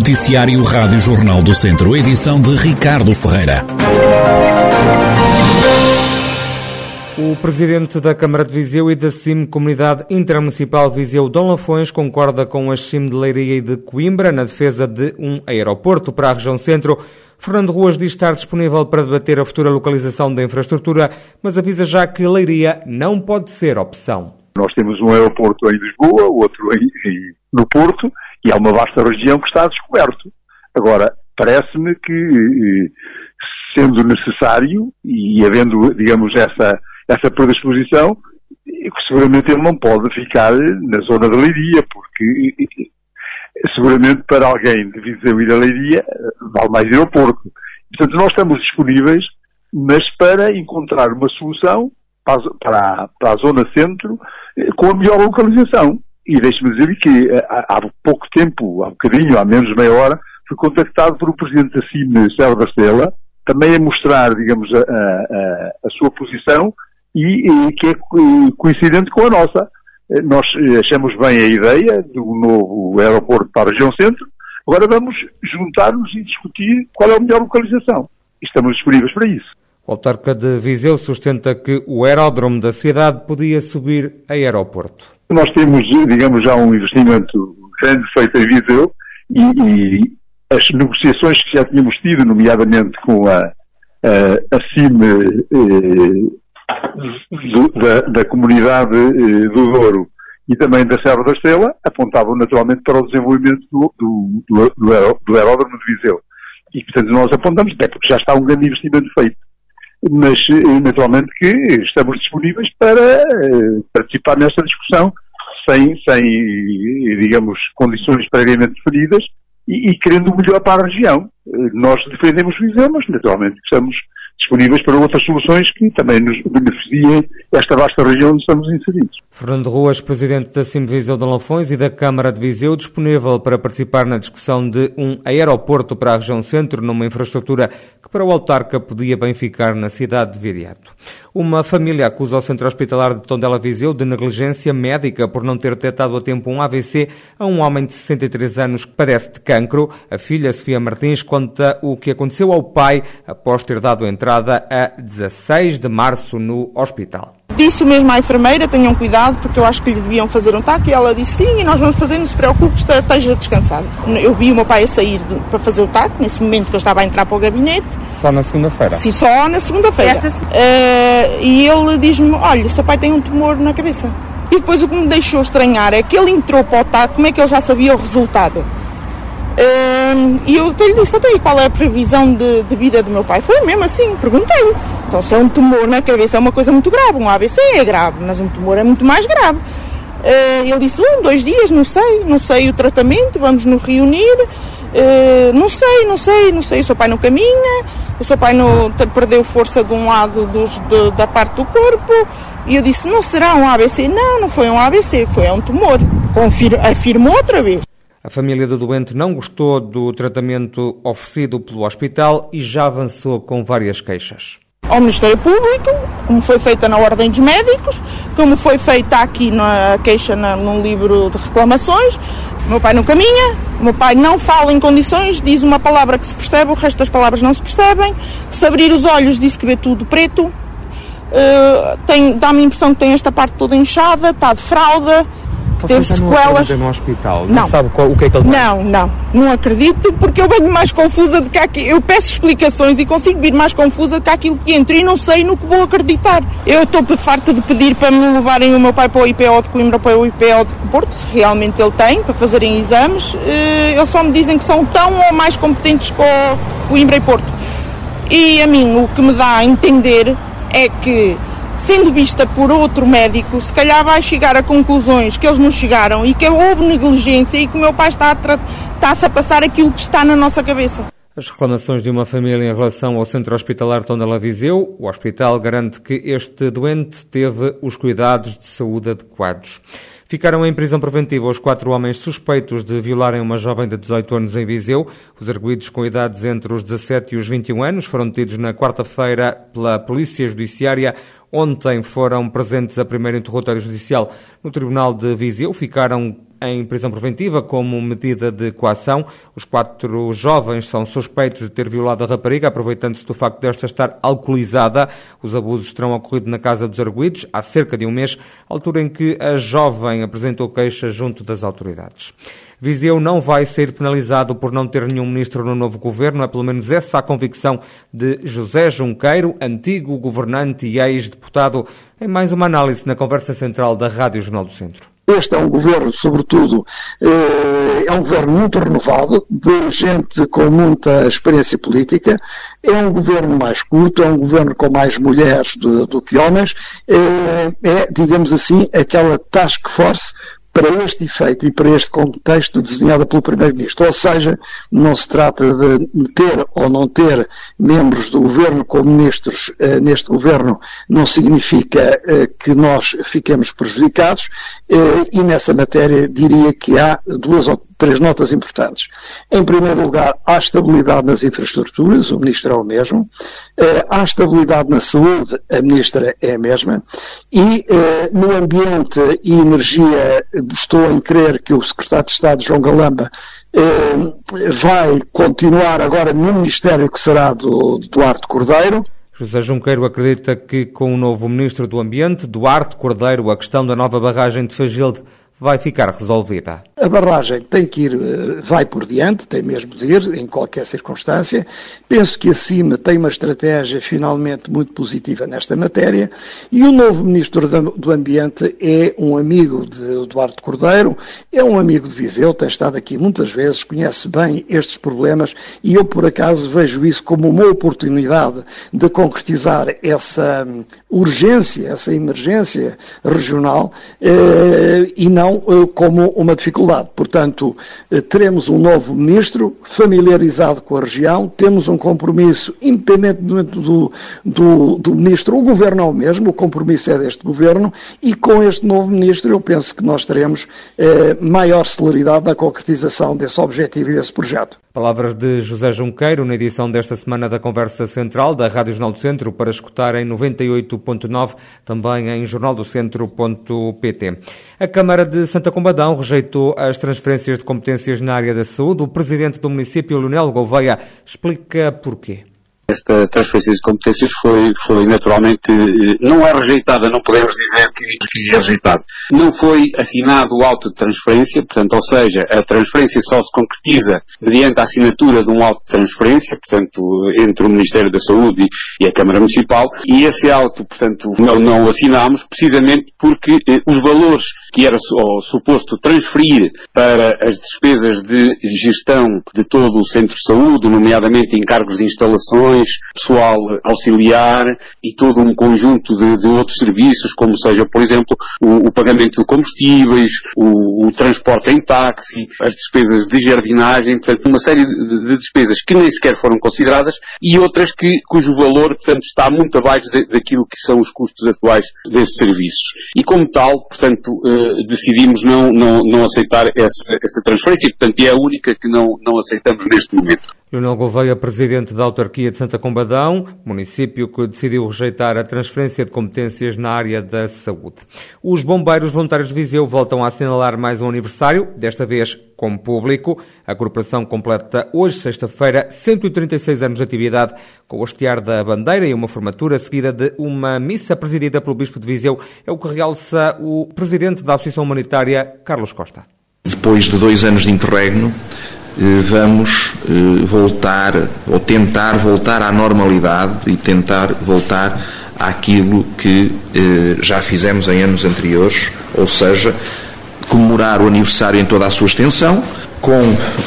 Noticiário Rádio Jornal do Centro, edição de Ricardo Ferreira. O presidente da Câmara de Viseu e da CIM, Comunidade Intermunicipal de Viseu, Dom Lafões, concorda com as CIM de Leiria e de Coimbra na defesa de um aeroporto para a região centro. Fernando Ruas diz estar disponível para debater a futura localização da infraestrutura, mas avisa já que Leiria não pode ser opção. Nós temos um aeroporto em Lisboa, outro no Porto, e há uma vasta região que está a descoberto. Agora, parece-me que, sendo necessário e havendo, digamos, essa predisposição, seguramente ele não pode ficar na zona da Leiria, porque seguramente para alguém de Viseu e da Leiria vale mais ir ao Porto. Portanto, nós estamos disponíveis, mas para encontrar uma solução para a zona centro com a melhor localização. E deixe-me dizer que há pouco tempo, há bocadinho, há menos de meia hora, fui contactado por o presidente da CIM, Serra da Estrela, também a mostrar, digamos, a sua posição e que é coincidente com a nossa. Nós achamos bem a ideia do novo aeroporto para a região centro, agora vamos juntar-nos e discutir qual é a melhor localização. E estamos disponíveis para isso. O autarca de Viseu sustenta que o aeródromo da cidade podia subir a aeroporto. Nós temos, digamos, já um investimento grande feito em Viseu e as negociações que já tínhamos tido, nomeadamente com a CIM da comunidade do Douro e também da Serra da Estrela, apontavam naturalmente para o desenvolvimento do aeródromo de Viseu. E, portanto, nós apontamos, até porque já está um grande investimento feito. Mas, naturalmente, que estamos disponíveis para participar nesta discussão sem, digamos, condições previamente definidas e querendo o melhor para a região. Nós defendemos Viseu, mas, naturalmente, estamos disponíveis para outras soluções que também nos beneficiem esta vasta região onde estamos inseridos. Fernando Ruas, presidente da CIM Viseu de Lafões e da Câmara de Viseu, disponível para participar na discussão de um aeroporto para a região centro, numa infraestrutura que para o autarca podia bem ficar na cidade de Viriato. Uma família acusa o Centro Hospitalar de Tondela Viseu de negligência médica por não ter detectado a tempo um AVC a um homem de 63 anos que padece de cancro. A filha, Sofia Martins, conta o que aconteceu ao pai após ter dado entrada a 16 de março no hospital. Disse mesmo à enfermeira, tenham cuidado, porque eu acho que lhe deviam fazer um TAC, e ela disse sim, e nós vamos fazer, não se preocupe, esteja descansado. Eu vi o meu pai a sair para fazer o TAC, nesse momento que eu estava a entrar para o gabinete. Só na segunda-feira? Sim, só na segunda-feira. E ele diz-me, olha, o seu pai tem um tumor na cabeça. E depois o que me deixou estranhar é que ele entrou para o TAC, como é que ele já sabia o resultado? E eu lhe disse, então, e qual é a previsão de vida do meu pai? Foi mesmo assim, perguntei. Então, se é um tumor na cabeça é uma coisa muito grave, um AVC é grave, mas um tumor é muito mais grave. Ele disse, 2 dias, não sei o tratamento, vamos nos reunir, não sei, o seu pai não caminha, o seu pai perdeu força de um lado da parte do corpo, e eu disse, não será um AVC? Não foi um AVC, foi um tumor, afirmou outra vez. A família do doente não gostou do tratamento oferecido pelo hospital e já avançou com várias queixas. Ao Ministério Público, como foi feita na Ordem dos Médicos, como foi feita aqui na queixa num livro de reclamações. O meu pai não caminha, o meu pai não fala em condições, diz uma palavra que se percebe, o resto das palavras não se percebem. Se abrir os olhos diz que vê tudo preto. Dá-me a impressão que tem esta parte toda inchada, está de fralda. Teve sequelas. No hospital? Não sabe o que é que ele tem? Não acredito, porque eu venho mais confusa do que aquilo. Eu peço explicações e consigo vir mais confusa do que aquilo que entro e não sei no que vou acreditar. Eu estou farta de pedir para me levarem o meu pai para o IPO de Coimbra, para o IPO de Porto, se realmente ele tem, para fazerem exames. Eles só me dizem que são tão ou mais competentes com Coimbra e Porto. E a mim o que me dá a entender é que, sendo vista por outro médico, se calhar vai chegar a conclusões que eles não chegaram e que houve negligência e que o meu pai está-se a passar aquilo que está na nossa cabeça. As reclamações de uma família em relação ao Centro Hospitalar Tondela Viseu, o hospital garante que este doente teve os cuidados de saúde adequados. Ficaram em prisão preventiva os 4 homens suspeitos de violarem uma jovem de 18 anos em Viseu. Os arguidos com idades entre os 17 e os 21 anos foram detidos na quarta-feira pela Polícia Judiciária. Ontem foram presentes a primeiro interrogatório judicial no Tribunal de Viseu. Ficaram em prisão preventiva como medida de coação. Os 4 jovens são suspeitos de ter violado a rapariga, aproveitando-se do facto desta estar alcoolizada. Os abusos terão ocorrido na Casa dos Arguidos há cerca de um mês, altura em que a jovem apresentou queixa junto das autoridades. Viseu não vai ser penalizado por não ter nenhum ministro no novo governo, é pelo menos essa a convicção de José Junqueiro, antigo governante e ex-deputado, em mais uma análise na conversa central da Rádio Jornal do Centro. Este é um governo, sobretudo, é um governo muito renovado, de gente com muita experiência política, é um governo mais curto, é um governo com mais mulheres do que homens, digamos assim, aquela task force para este efeito e para este contexto desenhada pelo Primeiro-Ministro. Ou seja, não se trata de ter ou não ter membros do Governo como ministros neste Governo, não significa que nós fiquemos prejudicados, e nessa matéria diria que há 2 ou 3 notas importantes. Em primeiro lugar, há estabilidade nas infraestruturas, o Ministro é o mesmo, há estabilidade na saúde, a Ministra é a mesma, e no ambiente e energia estou em crer que o Secretário de Estado, João Galamba, vai continuar agora no Ministério que será do Duarte Cordeiro. José Junqueiro acredita que com o novo Ministro do Ambiente, Duarte Cordeiro, a questão da nova barragem de Fagilde vai ficar resolvida. A barragem tem que ir, vai por diante, tem mesmo de ir, em qualquer circunstância. Penso que a CIMA tem uma estratégia finalmente muito positiva nesta matéria, e o novo Ministro do Ambiente é um amigo de Duarte Cordeiro, é um amigo de Viseu, tem estado aqui muitas vezes, conhece bem estes problemas, e eu, por acaso, vejo isso como uma oportunidade de concretizar essa urgência, essa emergência regional, e não como uma dificuldade. Portanto, teremos um novo ministro familiarizado com a região, temos um compromisso, independentemente do ministro, o governo é o mesmo, o compromisso é deste governo, e com este novo ministro eu penso que nós teremos maior celeridade na concretização desse objetivo e desse projeto. Palavras de José Junqueiro na edição desta semana da Conversa Central da Rádio Jornal do Centro, para escutar em 98.9, também em jornaldocentro.pt. A Câmara de Santa Combadão rejeitou as transferências de competências na área da saúde. O presidente do município, Leonel Gouveia, explica porquê. Esta transferência de competências foi naturalmente, não é rejeitada, não podemos dizer que é rejeitada. Não foi assinado o auto de transferência, portanto, ou seja, a transferência só se concretiza mediante a assinatura de um auto de transferência, portanto, entre o Ministério da Saúde e a Câmara Municipal, e esse auto, portanto, não o assinámos, precisamente porque os valores que era suposto transferir para as despesas de gestão de todo o centro de saúde, nomeadamente encargos de instalações, pessoal auxiliar e todo um conjunto de outros serviços, como seja, por exemplo, o pagamento de combustíveis, o transporte em táxi, as despesas de jardinagem, portanto, uma série de despesas que nem sequer foram consideradas, e outras cujo valor, portanto, está muito abaixo daquilo que são os custos atuais desses serviços. E como tal, portanto, decidimos não aceitar essa transferência, e, portanto, é a única que não aceitamos neste momento. Leonel Gouveia, presidente da autarquia de Santa Combadão, município que decidiu rejeitar a transferência de competências na área da saúde. Os bombeiros voluntários de Viseu voltam a assinalar mais um aniversário, desta vez com público. A corporação completa hoje, sexta-feira, 136 anos de atividade, com o hastear da bandeira e uma formatura seguida de uma missa presidida pelo Bispo de Viseu. É o que realça o presidente da Associação Humanitária, Carlos Costa. Depois de 2 anos de interregno, vamos voltar, ou tentar voltar à normalidade e tentar voltar àquilo que já fizemos em anos anteriores, ou seja, comemorar o aniversário em toda a sua extensão, com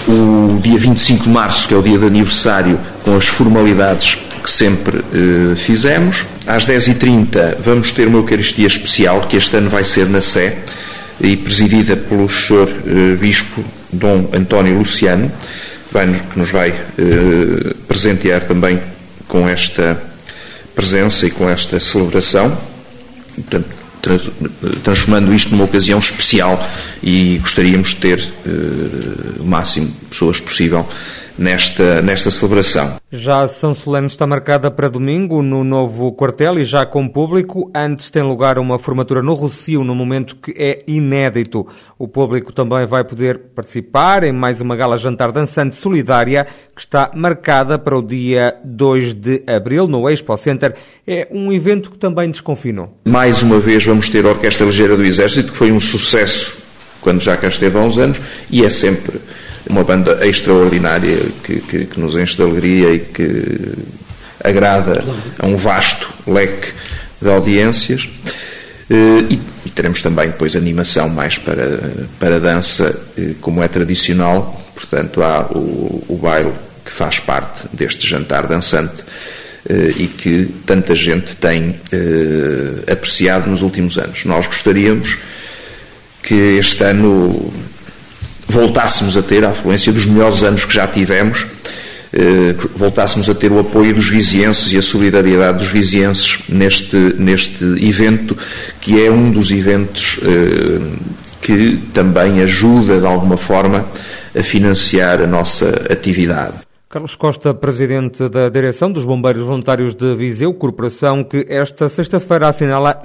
o dia 25 de março, que é o dia de aniversário, com as formalidades que sempre fizemos. Às 10h30 vamos ter uma Eucaristia especial, que este ano vai ser na Sé, e presidida pelo Sr. Bispo Dom António Luciano, que nos vai presentear também com esta presença e com esta celebração, portanto, transformando isto numa ocasião especial, e gostaríamos de ter o máximo de pessoas possível nesta celebração. Já a sessão solene está marcada para domingo no novo quartel e já com público. Antes tem lugar uma formatura no Rossio, num momento que é inédito. O público também vai poder participar em mais uma gala jantar dançante solidária que está marcada para o dia 2 de abril no Expo Center. É um evento que também desconfinou. Mais uma vez vamos ter a Orquestra Ligeira do Exército, que foi um sucesso quando já cá esteve há uns anos, e é sempre uma banda extraordinária que nos enche de alegria e que agrada a um vasto leque de audiências. E teremos também depois animação mais para dança, como é tradicional. Portanto, há o baile que faz parte deste jantar dançante e que tanta gente tem apreciado nos últimos anos. Nós gostaríamos que este ano voltássemos a ter a afluência dos melhores anos que já tivemos, voltássemos a ter o apoio dos vizienses e a solidariedade dos vizienses neste evento, que é um dos eventos que também ajuda de alguma forma a financiar a nossa atividade. Carlos Costa, presidente da Direção dos Bombeiros Voluntários de Viseu, corporação que esta sexta-feira assinala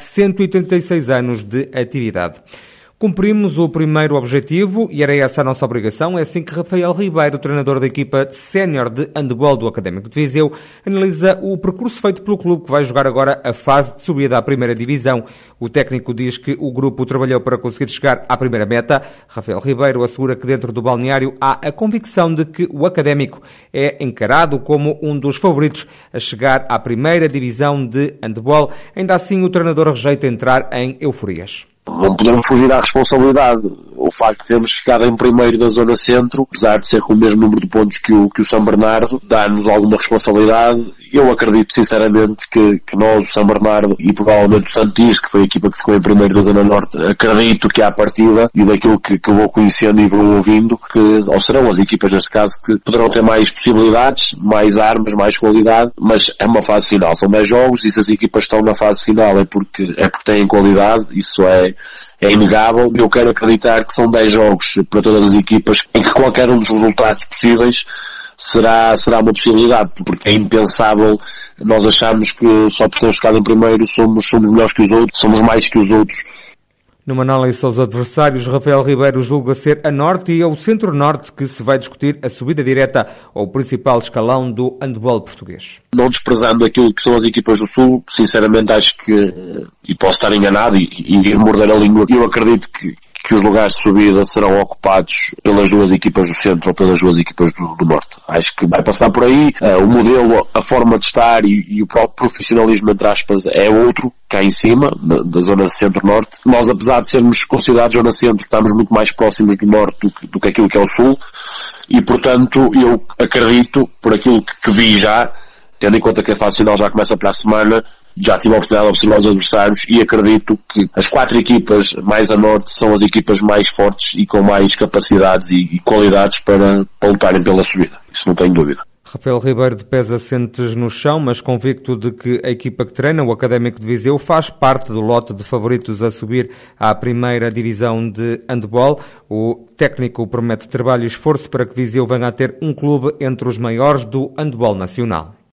186 anos de atividade. Cumprimos o primeiro objetivo e era essa a nossa obrigação. É assim que Rafael Ribeiro, treinador da equipa sénior de handball do Académico de Viseu, analisa o percurso feito pelo clube que vai jogar agora a fase de subida à primeira divisão. O técnico diz que o grupo trabalhou para conseguir chegar à primeira meta. Rafael Ribeiro assegura que dentro do balneário há a convicção de que o Académico é encarado como um dos favoritos a chegar à primeira divisão de handball. Ainda assim, o treinador rejeita entrar em euforias. Não podemos fugir à responsabilidade. O facto de termos ficado em primeiro da Zona Centro, apesar de ser com o mesmo número de pontos que o São Bernardo, dá-nos alguma responsabilidade. Eu acredito sinceramente que nós, o São Bernardo e provavelmente o Santis, que foi a equipa que ficou em primeiro da Zona Norte, acredito que à partida, e daquilo que eu vou conhecendo e vou ouvindo, ou serão as equipas neste caso, que poderão ter mais possibilidades, mais armas, mais qualidade, mas é uma fase final, são 10 jogos, e se as equipas estão na fase final é porque têm qualidade, isso é inegável. Eu quero acreditar que são 10 jogos para todas as equipas em que qualquer um dos resultados possíveis será uma possibilidade, porque é impensável nós acharmos que só por termos ficado em primeiro somos melhores que os outros, somos mais que os outros. Numa análise aos adversários, Rafael Ribeiro julga ser a Norte e ao Centro-Norte que se vai discutir a subida direta ao principal escalão do handball português. Não desprezando aquilo que são as equipas do Sul, sinceramente acho que, e posso estar enganado e morder a língua, eu acredito que os lugares de subida serão ocupados pelas duas equipas do Centro ou pelas duas equipas do Norte. Acho que vai passar por aí. O modelo, a forma de estar e o próprio profissionalismo, entre aspas, é outro, cá em cima, da Zona Centro-Norte. Nós, apesar de sermos considerados Zona Centro, estamos muito mais próximos do Norte do que aquilo que é o Sul. E, portanto, eu acredito, por aquilo que vi já, tendo em conta que a fase final já começa para a semana, já tive a oportunidade de observar os adversários e acredito que as 4 equipas mais a norte são as equipas mais fortes e com mais capacidades e qualidades para lutarem pela subida. Isso não tenho dúvida. Rafael Ribeiro de pés assentes no chão, mas convicto de que a equipa que treina, o Académico de Viseu, faz parte do lote de favoritos a subir à primeira divisão de handball. O técnico promete trabalho e esforço para que Viseu venha a ter um clube entre os maiores do handball nacional.